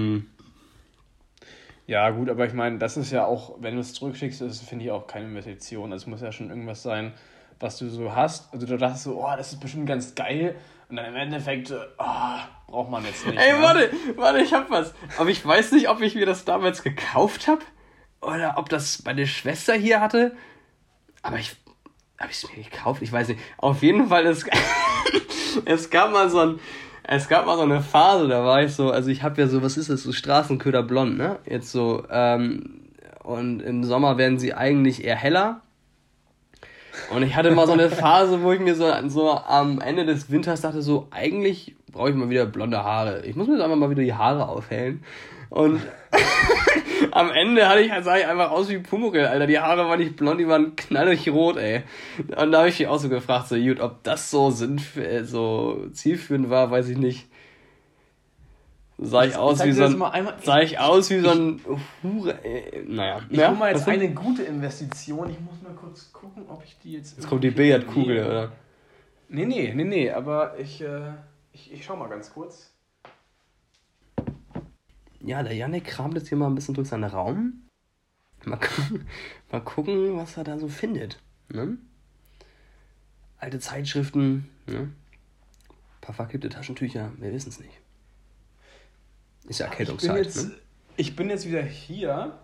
Ja gut, aber ich meine, das ist ja auch, wenn du es zurückschickst, das finde ich auch keine Investition. Also es muss ja schon irgendwas sein, was du so hast. Also du dachtest so, das ist bestimmt ganz geil. Und dann im Endeffekt, braucht man jetzt nicht. Ey, warte, ich hab was. Aber ich weiß nicht, ob ich mir das damals gekauft habe oder ob das meine Schwester hier hatte. Aber habe ich es mir gekauft? Ich weiß nicht. Auf jeden Fall, es gab mal so eine Phase, da war ich so, also ich habe ja so, was ist das, so Straßenköder blond, ne? Jetzt so, und im Sommer werden sie eigentlich eher heller. Und ich hatte mal so eine Phase, wo ich mir so am Ende des Winters dachte, so, eigentlich brauche ich mal wieder blonde Haare. Ich muss mir jetzt einfach mal wieder die Haare aufhellen. Und am Ende sah ich einfach aus wie Pumuckl, Alter. Die Haare waren nicht blond, die waren knallig rot, ey. Und da habe ich mich auch so gefragt, so, gut, ob das so zielführend war, weiß ich nicht. Sah ich aus wie so ein Hure. Naja. Ich hole mal jetzt eine gute Investition. Ich muss mal kurz gucken, ob ich die jetzt... Jetzt kommt die Billardkugel, oder? Nee, aber ich schau mal ganz kurz. Ja, der Yannick kramt jetzt hier mal ein bisschen durch seinen Raum. Mal gucken, was er da so findet. Ne? Alte Zeitschriften, ne? Ein paar verkippte Taschentücher, wir wissen es nicht. Ist ja Erkältungszeit. Ich bin jetzt wieder hier.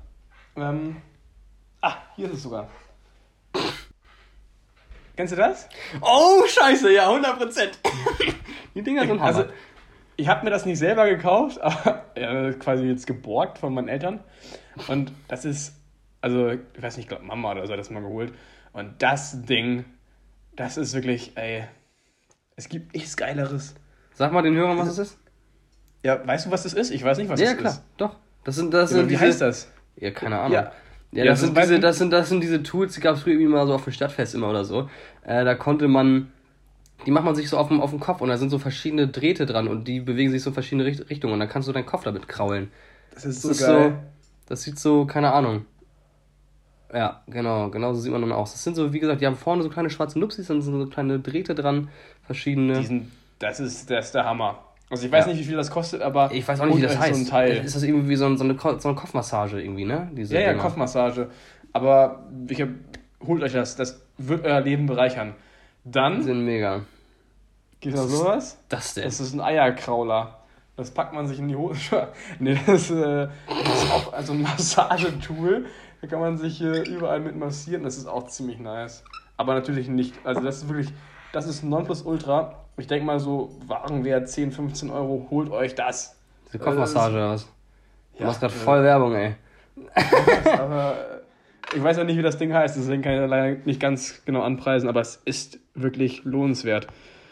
Hier ist es sogar. Kennst du das? Oh, scheiße, ja, 100%. Die Dinger sind Hammer. Also, ich habe mir das nicht selber gekauft, aber quasi jetzt geborgt von meinen Eltern. Und das ist, also, ich weiß nicht, ich glaube Mama oder so hat das mal geholt. Und das Ding, das ist wirklich, es gibt nichts Geileres. Sag mal den Hörern, was es ist. Ja, weißt du, was das ist? Ich weiß nicht, was das ist. Ja, klar, doch. Wie heißt das? Ja, keine Ahnung. Ja, das sind diese Tools, die gab es früher irgendwie mal so auf dem Stadtfest immer oder so. Da konnte man, die macht man sich so auf dem Kopf und da sind so verschiedene Drähte dran und die bewegen sich so in verschiedene Richtungen und dann kannst du deinen Kopf damit kraulen. Das ist so geil. Das sieht so, keine Ahnung. Ja, genau so sieht man dann aus. Das sind so, wie gesagt, die haben vorne so kleine schwarze Nupsis, dann sind so kleine Drähte dran, verschiedene. Das ist der Hammer. Also ich weiß nicht, wie viel das kostet, aber... Ich weiß auch nicht, wie das heißt. So ein Teil. Ist das irgendwie so eine Kopfmassage irgendwie, ne? Ja, Kopfmassage. Aber holt euch das. Das wird euer Leben bereichern. Dann... Die sind mega. Gibt es da sowas? Das denn? Das ist ein Eierkrauler. Das packt man sich in die Hose. Nee, das ist auch also ein Massagetool. Da kann man sich überall mit massieren. Das ist auch ziemlich nice. Aber natürlich nicht. Also das ist wirklich... Das ist Nonplusultra. Ich denke mal so, Warenwert 10, 15 Euro, holt euch das. Diese Kopfmassage oder was? Du machst gerade voll Werbung, ey. Aber ich weiß ja nicht, wie das Ding heißt, deswegen kann ich leider nicht ganz genau anpreisen, aber es ist wirklich lohnenswert.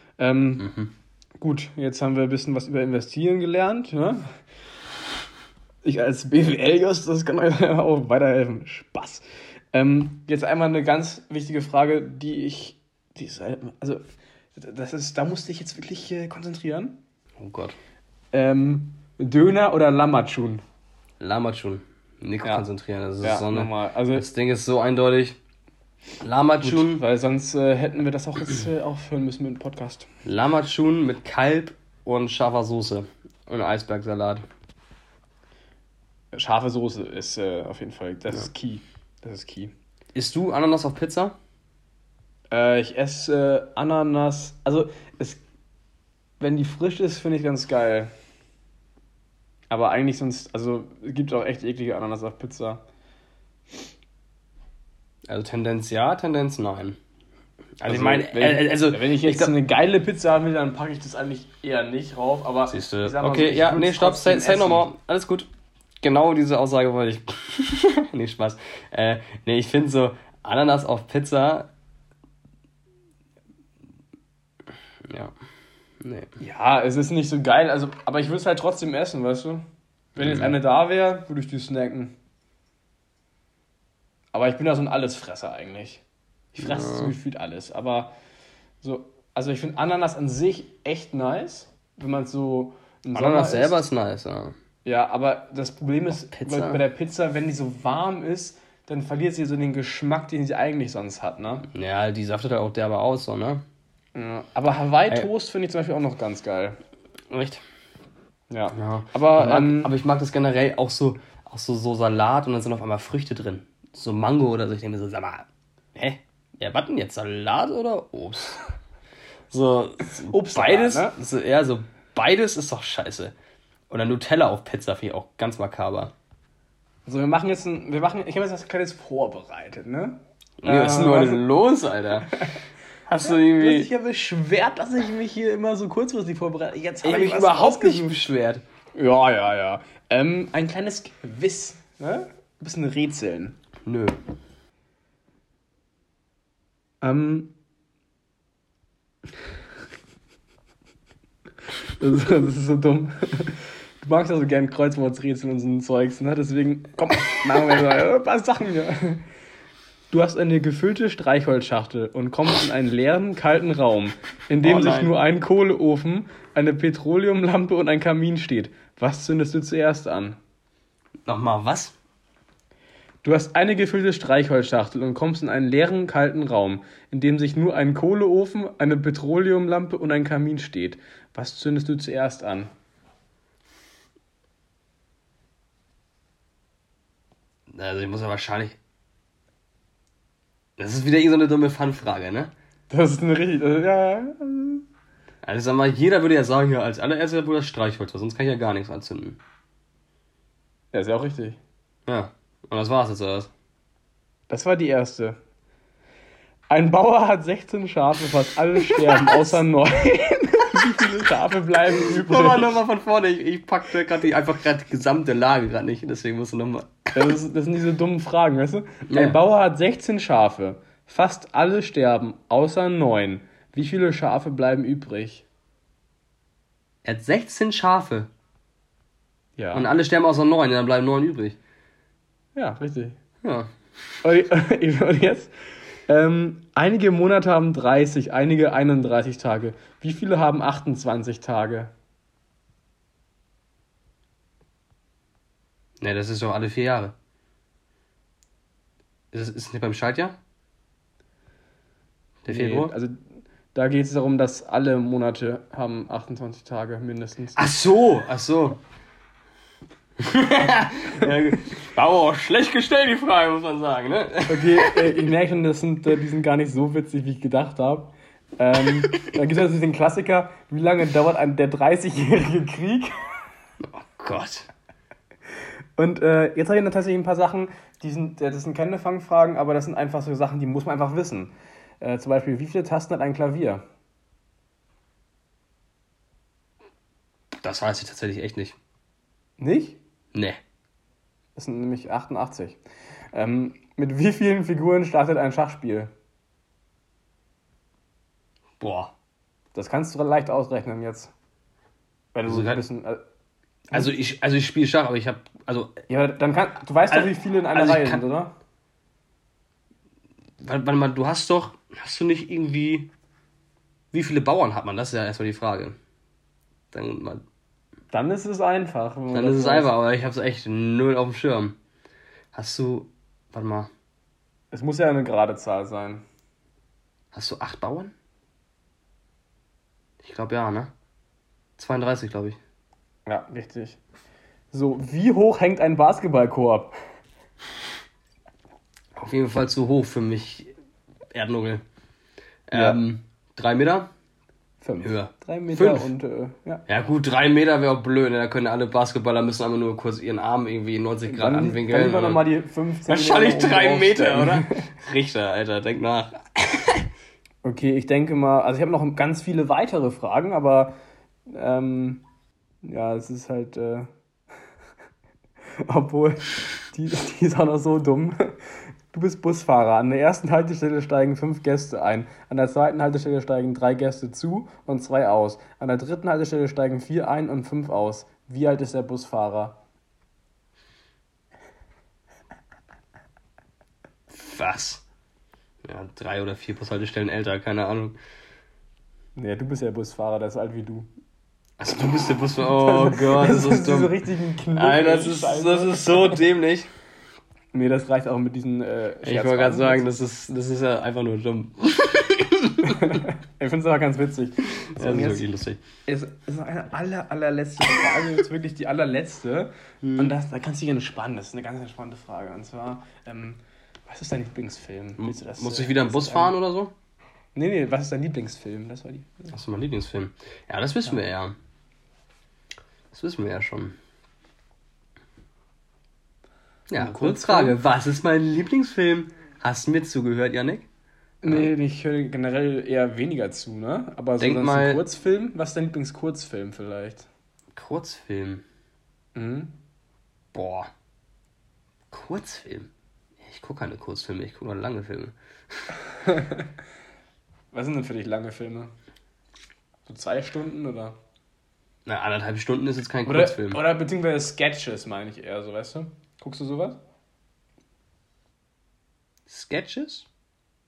Gut, jetzt haben wir ein bisschen was über Investieren gelernt. Ne? Ich als BWL-Just, das kann euch auch weiterhelfen. Spaß. Jetzt einmal eine ganz wichtige Frage, da musste ich jetzt wirklich konzentrieren. Oh Gott. Döner oder Lammatschun? Lammatschun. Nicht konzentrieren. Das ist so normal. Also, das Ding ist so eindeutig. Lammatschun. Weil sonst hätten wir das auch jetzt aufhören müssen mit dem Podcast. Lammatschun mit Kalb und scharfer Soße. Und Eisbergsalat. Scharfe Soße ist auf jeden Fall, das ist key. Das ist key. Isst du Ananas auf Pizza? Ich esse Ananas, also wenn die frisch ist, finde ich ganz geil. Aber eigentlich sonst, also es gibt auch echt eklige Ananas auf Pizza. Also Tendenz ja, Tendenz nein. Also ich meine, wenn ich jetzt eine geile Pizza haben will, dann packe ich das eigentlich eher nicht rauf, aber... Siehst du, okay, stopp, say no more, alles gut. Genau diese Aussage wollte ich. Nee, Spaß. Ich finde so Ananas auf Pizza... Ja. Nee. Ja, es ist nicht so geil, also, aber ich würde es halt trotzdem essen, weißt du? Wenn jetzt eine da wäre, würde ich die snacken. Aber ich bin ja so ein Allesfresser eigentlich. Ich fresse so gefühlt alles, aber so, also ich finde Ananas an sich echt nice, wenn man so im Ananas Sommer selber ist nice, ja. Ja, aber das Problem ist, bei der Pizza, wenn die so warm ist, dann verliert sie so den Geschmack, den sie eigentlich sonst hat, ne? Ja, die saftet halt auch derbe aus, so, ne? Ja, aber Hawaii-Toast finde ich zum Beispiel auch noch ganz geil. Echt? Ja. Aber ich mag das generell auch so Salat und dann sind auf einmal Früchte drin. So Mango oder so. Ich denke mir so, sag mal, ja, was denn jetzt? Salat oder Obst? So, Obst beides, ne? So beides ist doch scheiße. Oder Nutella auf Pizza finde ich auch ganz makaber. Also ich habe jetzt was Kleines vorbereitet, ne? Was ist denn heute los, Alter? Hast du irgendwie... Du hast dich ja beschwert, dass ich mich hier immer so kurzfristig vorbereite. Jetzt habe ich mich überhaupt nicht beschwert. Ja. Ein kleines Quiz, ne? Ein bisschen rätseln. Nö. Das ist so dumm. Du magst ja so gern Kreuzworträtsel und so ein Zeugs, ne? Deswegen, komm, machen wir so ein paar Sachen hier. Du hast eine gefüllte Streichholzschachtel und kommst in einen leeren, kalten Raum, in dem sich nur ein Kohleofen, eine Petroleumlampe und ein Kamin steht. Was zündest du zuerst an? Nochmal, was? Du hast eine gefüllte Streichholzschachtel und kommst in einen leeren, kalten Raum, in dem sich nur ein Kohleofen, eine Petroleumlampe und ein Kamin steht. Was zündest du zuerst an? Also ich muss ja wahrscheinlich... Das ist wieder so eine dumme Fun-Frage, ne? Das ist eine richtig... ja. Also sag mal, jeder würde ja sagen, ja, als allererstes wohl das Streichholz, weil sonst kann ich ja gar nichts anzünden. Ja, ist ja auch richtig. Ja, und das war's jetzt, oder was? Das war die erste. Ein Bauer hat 16 Schafe, fast alle sterben, außer 9. Wie viele Schafe bleiben übrig? Nochmal von vorne, ich packte gerade die gesamte Lage gerade nicht, deswegen musst du nochmal... Das sind diese dummen Fragen, weißt du? Ja. Ein Bauer hat 16 Schafe, fast alle sterben, außer 9. Wie viele Schafe bleiben übrig? Er hat 16 Schafe Ja. und alle sterben außer 9, dann bleiben 9 übrig. Ja, richtig. Ja. Und jetzt? Einige Monate haben 30, einige 31 Tage. Wie viele haben 28 Tage? Ne, das ist doch alle 4 Jahre. Ist es nicht beim Schaltjahr? Der Februar? Also da geht es darum, dass alle Monate haben 28 Tage mindestens. Ach so. Ja, war aber auch schlecht gestellt, die Frage, muss man sagen, ne? Okay, ich merke schon, die sind gar nicht so witzig, wie ich gedacht habe. Dann gibt es also den Klassiker, wie lange dauert der 30-jährige Krieg? Oh Gott. Und jetzt habe ich tatsächlich ein paar Sachen, das sind keine Fangfragen, aber das sind einfach so Sachen, die muss man einfach wissen. Zum Beispiel, wie viele Tasten hat ein Klavier? Das weiß ich tatsächlich echt nicht. Nicht? Ne. Das sind nämlich 88. Mit wie vielen Figuren startet ein Schachspiel? Boah. Das kannst du leicht ausrechnen jetzt. Wenn du Also ein bisschen... Also ich spiele Schach, aber ich habe... ja, dann du weißt doch, wie viele in einer Reihe sind, oder? Warte mal, hast du nicht irgendwie... Wie viele Bauern hat man? Das ist ja erstmal die Frage. Dann ist es einfach. Dann ist es einfach, aber ich habe es echt null auf dem Schirm. Hast du... Warte mal. Es muss ja eine gerade Zahl sein. Hast du 8 Bauern? Ich glaube ja, ne? 32, glaube ich. Ja, richtig. So, wie hoch hängt ein Basketballkorb? Auf jeden Fall zu hoch für mich, Erdnugel. Ja. 3 Meter? 5. Höher. 3 Meter 5. und, ja. Ja gut, 3 Meter wäre auch blöd. Ne? Da können alle Basketballer müssen einfach nur kurz ihren Arm irgendwie 90 Grad anwinkeln. Dann wir nochmal die 15 Wahrscheinlich 3 Meter, oder? Richter, Alter, denk nach. Okay, ich denke mal, also ich habe noch ganz viele weitere Fragen, aber ja, es ist halt, obwohl, die ist auch noch so dumm. Du bist Busfahrer. An der ersten Haltestelle steigen 5 Gäste ein. An der zweiten Haltestelle steigen 3 Gäste zu und 2 aus. An der dritten Haltestelle steigen 4 ein und 5 aus. Wie alt ist der Busfahrer? Was? Ja, 3 oder 4 Bushaltestellen älter, keine Ahnung. Nee, du bist ja Busfahrer, der ist so alt wie du. Also du bist der Busfahrer. Oh Gott, das ist dumm. so richtigen Kniff. Alter, das ist so dämlich. Nee, das reicht auch mit diesen Ich wollte gerade sagen, das ist ja einfach nur dumm. Ich finde es aber ganz witzig. So, das ist wirklich lustig. Es ist noch eine allerletzte Frage, jetzt wirklich die allerletzte. Und da kannst du dich entspannen. Das ist eine ganz entspannte Frage. Und zwar, was ist dein Lieblingsfilm? Muss ich wieder im Bus fahren oder so? Nee, was ist dein Lieblingsfilm? Das war die. Achso, mein Lieblingsfilm. Ja, das wissen wir ja. Das wissen wir ja schon. Ja, kurze Frage. Was ist mein Lieblingsfilm? Hast du mir zugehört, Yannick? Nee, ich höre generell eher weniger zu, ne? Aber so ein Kurzfilm? Was ist dein Lieblingskurzfilm vielleicht? Kurzfilm? Mhm. Boah. Kurzfilm? Ich gucke keine Kurzfilme, ich gucke nur lange Filme. Was sind denn für dich lange Filme? So 2 Stunden oder? Na, 1,5 Stunden ist jetzt kein Kurzfilm. Oder beziehungsweise Sketches, meine ich eher so, weißt du? Guckst du sowas? Sketches?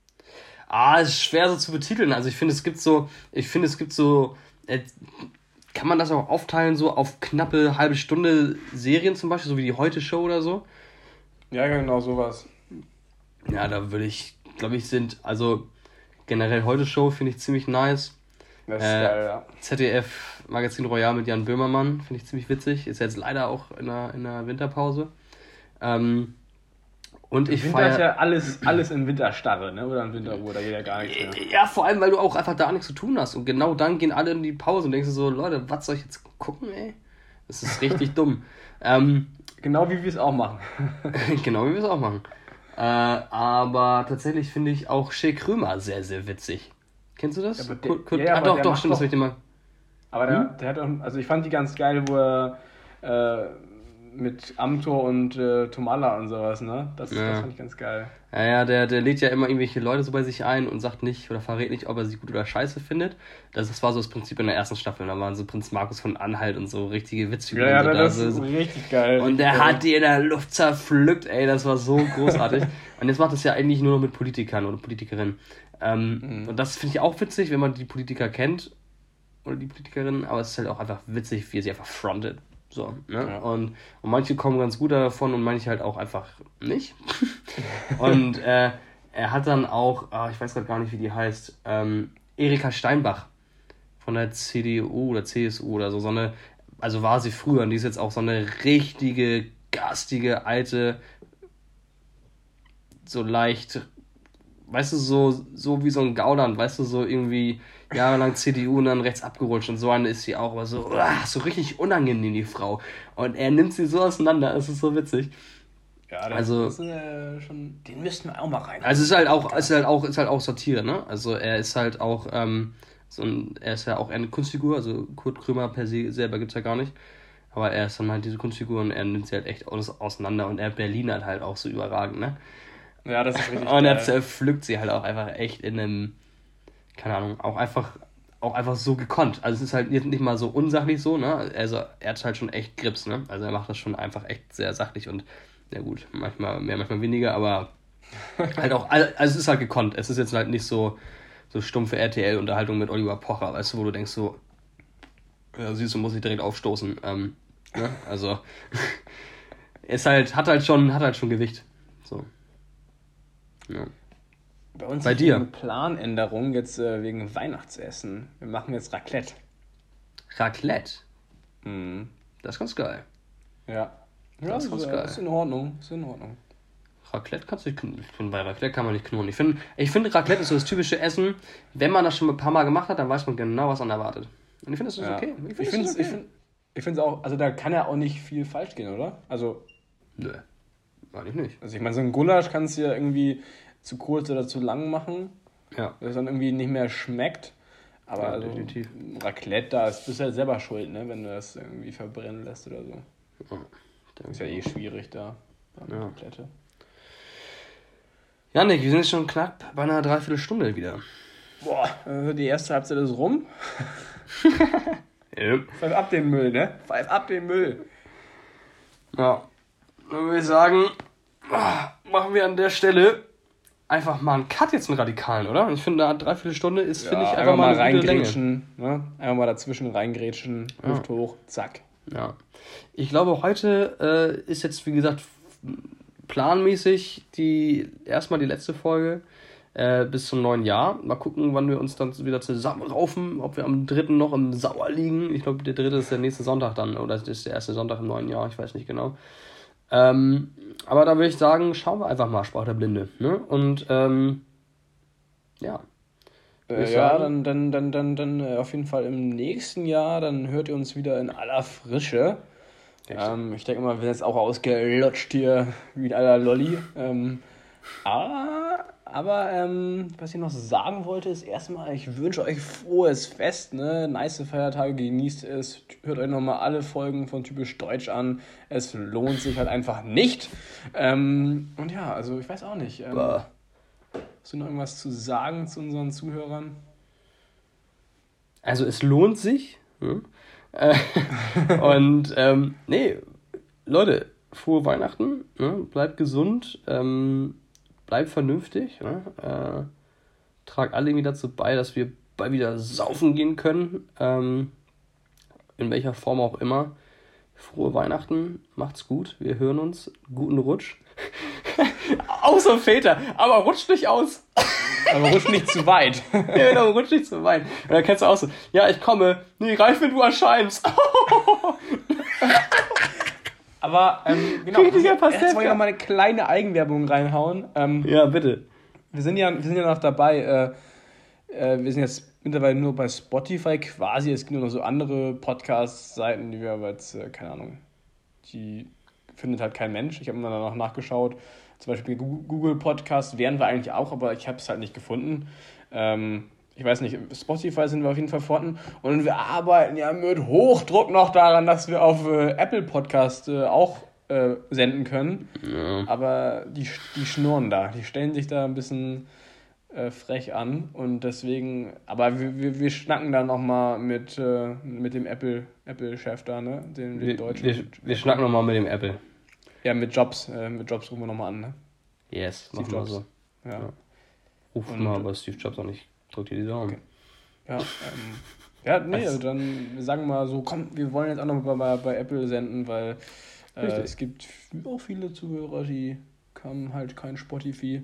Ah, ist schwer so zu betiteln. Also ich finde, es gibt so, kann man das auch aufteilen, so auf knappe halbe Stunde Serien zum Beispiel, so wie die Heute-Show oder so? Ja, genau, sowas. Ja, da würde ich, glaube ich, also generell Heute-Show finde ich ziemlich nice. Das ist geil, ja. ZDF Magazin Royal mit Jan Böhmermann, finde ich ziemlich witzig. Ist jetzt leider auch in der Winterpause. Und ich Winter ist ja alles in Winterstarre, ne? Oder in Winterruhe, da geht ja gar nichts mehr. Ja, vor allem, weil du auch einfach da nichts zu tun hast. Und genau dann gehen alle in die Pause und denkst du so, Leute, was soll ich jetzt gucken, ey? Das ist richtig dumm. Genau wie wir es auch machen. Genau wie wir es auch machen. Aber tatsächlich finde ich auch Shea Krömer sehr, sehr witzig. Kennst du das? Ja, doch, stimmt, das habe ich dir mal. Aber der hat auch, also ich fand die ganz geil, wo er mit Amtor und Tomala und sowas, ne? Das fand ich ganz geil. Ja, der lädt ja immer irgendwelche Leute so bei sich ein und sagt nicht oder verrät nicht, ob er sie gut oder scheiße findet. Das war so das Prinzip in der ersten Staffel. Da waren so Prinz Markus von Anhalt und so richtige Witzfiguren. Ja, das ist richtig geil. Und der hat die in der Luft zerpflückt, ey, das war so großartig. Und jetzt macht das ja eigentlich nur noch mit Politikern oder Politikerinnen. Und das finde ich auch witzig, wenn man die Politiker kennt oder die Politikerinnen, aber es ist halt auch einfach witzig, wie er sie einfach frontet. So, ne? Ja. Und manche kommen ganz gut davon und manche halt auch einfach nicht. Und er hat dann auch, ich weiß gerade gar nicht, wie die heißt, Erika Steinbach von der CDU oder CSU oder so eine, also war sie früher und die ist jetzt auch so eine richtige, garstige, alte, so leicht, weißt du, so wie so ein Gauland, weißt du, so irgendwie jahrelang CDU und dann rechts abgerutscht und so eine ist sie auch, aber so richtig unangenehm, die Frau. Und er nimmt sie so auseinander, es ist so witzig. Ja, das ist schon, den müssten wir auch mal rein. Also ist halt auch Satire, ne? Also er ist halt auch, er ist ja auch eine Kunstfigur, also Kurt Krömer per se selber gibt's ja gar nicht. Aber er ist dann halt diese Kunstfigur und er nimmt sie halt echt auseinander und er Berlinert halt auch so überragend, ne? Ja, das ist richtig und er zerpflückt sie halt auch einfach echt in einem, keine Ahnung, auch einfach so gekonnt. Also es ist halt nicht mal so unsachlich so, ne? Also er hat halt schon echt Grips, ne? Also er macht das schon einfach echt sehr sachlich und, ja gut, manchmal mehr, manchmal weniger, aber halt auch, also es ist halt gekonnt. Es ist jetzt halt nicht so stumpfe RTL-Unterhaltung mit Oliver Pocher, weißt du, wo du denkst so, ja siehst du, muss ich direkt aufstoßen. Ne? Also hat halt schon Gewicht. So. Ja. Bei uns ist eine Planänderung jetzt wegen Weihnachtsessen. Wir machen jetzt Raclette. Raclette? Mhm. Das ist ganz geil. Ja. Das ist ganz geil. Ist in Ordnung. Raclette kannst du nicht knurren. Ich finde, bei Raclette kann man nicht knurren. Ich finde, Raclette ist so das typische Essen. Wenn man das schon ein paar Mal gemacht hat, dann weiß man genau, was man erwartet. Und ich finde, das ist okay. Ich finde es auch, also da kann ja auch nicht viel falsch gehen, oder? Also. Nö. Eigentlich nicht. Also ich meine, so ein Gulasch kannst du ja irgendwie zu kurz oder zu lang machen. Ja. Dass es dann irgendwie nicht mehr schmeckt. Aber ja, also Raclette, da bist du halt selber schuld, ne? Wenn du das irgendwie verbrennen lässt oder so. Ja, ist ja eh schwierig da bei Raclette. Janik, wir sind jetzt schon knapp bei einer Dreiviertelstunde wieder. Boah, also die erste Halbzeit ist rum. Ja. Pfeif ab den Müll, ne? Pfeif ab den Müll. Ja. Dann würde ich sagen, machen wir an der Stelle einfach mal einen Cut, jetzt einen radikalen, oder? Ich finde, eine Dreiviertelstunde ist, finde ich, einfach mal eine gute Länge. Ne? Einfach mal dazwischen reingrätschen, Luft hoch, zack. Ja. Ich glaube, heute ist jetzt, wie gesagt, planmäßig erstmal die letzte Folge bis zum neuen Jahr. Mal gucken, wann wir uns dann wieder zusammenraufen, ob wir am 3. noch im Sauer liegen. Ich glaube, der 3. ist der nächste Sonntag dann, oder das ist der erste Sonntag im neuen Jahr, ich weiß nicht genau. Aber da würde ich sagen, schauen wir einfach mal, sprach der Blinde. Ne? Und ja. Dann auf jeden Fall im nächsten Jahr, dann hört ihr uns wieder in aller Frische. Ich denke mal, wir sind jetzt auch ausgelutscht hier wie ein aller Lolli. Aber was ich noch sagen wollte, ist erstmal, ich wünsche euch frohes Fest, ne? Nice Feiertage, genießt es, hört euch nochmal alle Folgen von Typisch Deutsch an. Es lohnt sich halt einfach nicht. Und ja, also ich weiß auch nicht. Hast du noch irgendwas zu sagen zu unseren Zuhörern? Also es lohnt sich. Ne? Und nee, Leute, frohe Weihnachten, ne? Bleibt gesund, bleibt vernünftig, ne? Tragt alle irgendwie dazu bei, dass wir bald wieder saufen gehen können. in welcher Form auch immer. Frohe Weihnachten, macht's gut, wir hören uns, guten Rutsch. Außer Väter, aber rutscht nicht aus. Aber rutscht nicht zu weit. Ja, genau, rutscht nicht zu weit. Und dann kennst du auch so, ja, ich komme, nee, reif, wenn du erscheinst. Aber, genau, jetzt wollte ich noch mal eine kleine Eigenwerbung reinhauen. Ja, bitte. Wir sind ja noch dabei, wir sind jetzt mittlerweile nur bei Spotify quasi, es gibt nur noch so andere Podcast-Seiten, die wir aber jetzt, keine Ahnung, die findet halt kein Mensch. Ich habe mal danach nachgeschaut, zum Beispiel Google Podcast wären wir eigentlich auch, aber ich habe es halt nicht gefunden. Ich weiß nicht, Spotify sind wir auf jeden Fall vorhanden und wir arbeiten ja mit Hochdruck noch daran, dass wir auf Apple Podcast auch senden können. Ja. Aber die schnurren da, die stellen sich da ein bisschen frech an und deswegen, aber wir schnacken da nochmal mit dem Apple-Chef da, ne? Den Deutschen. Wir schnacken nochmal mit dem Apple. Ja, mit Jobs rufen wir nochmal an, ne? Yes, machen wir so. Ja. Ruf mal aber Steve Jobs auch nicht. Drück dir die Daumen. Okay. Ja, also dann sagen wir mal so, komm, wir wollen jetzt auch noch bei Apple senden, weil es gibt auch viele Zuhörer, die haben halt kein Spotify.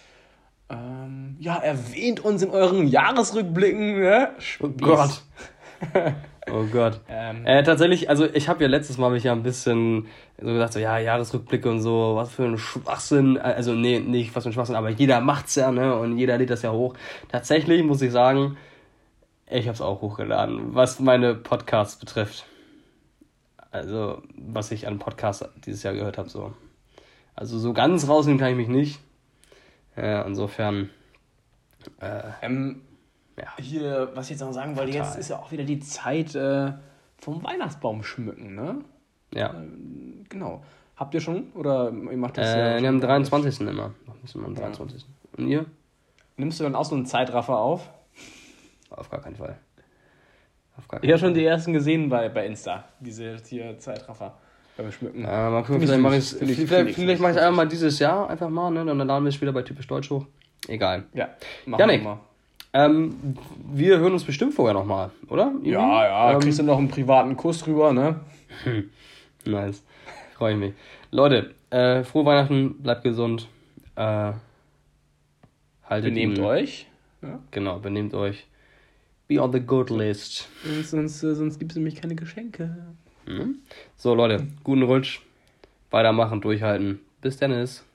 Erwähnt uns in euren Jahresrückblicken, ne? Oh Gott. Oh Gott. Tatsächlich, also ich habe ja letztes Mal mich ja ein bisschen so gesagt, so ja, Jahresrückblicke und so, was für ein Schwachsinn, also nee, nicht was für ein Schwachsinn, aber jeder macht's ja, ne, und jeder lädt das ja hoch. Tatsächlich muss ich sagen, ich habe es auch hochgeladen, was meine Podcasts betrifft. Also, was ich an Podcasts dieses Jahr gehört habe, so. Also so ganz rausnehmen kann ich mich nicht. Insofern, Hier, was ich jetzt noch sagen wollte, jetzt ist ja auch wieder die Zeit vom Weihnachtsbaum schmücken, ne? Ja. Genau. Habt ihr schon? Oder ihr macht das wir am 23. immer. Müssen wir am 23. Ja. Und ihr? Nimmst du dann auch so einen Zeitraffer auf? Auf gar keinen Fall. Ich habe schon die ersten gesehen bei Insta, diese hier Zeitraffer beim Schmücken. Vielleicht mache ich es einfach mal dieses Jahr, einfach mal, ne? Dann laden wir es wieder bei Typisch Deutsch hoch. Egal. Ja, machen wir mal. Wir hören uns bestimmt vorher nochmal, oder? Ja, kriegst du noch einen privaten Kuss drüber, ne? Nice. Freue ich mich. Leute, frohe Weihnachten, bleibt gesund. Benehmt euch. Ja? Genau, benehmt euch. Be on the good list. Sonst gibt es nämlich keine Geschenke. So, Leute, guten Rutsch. Weitermachen, durchhalten. Bis Dennis.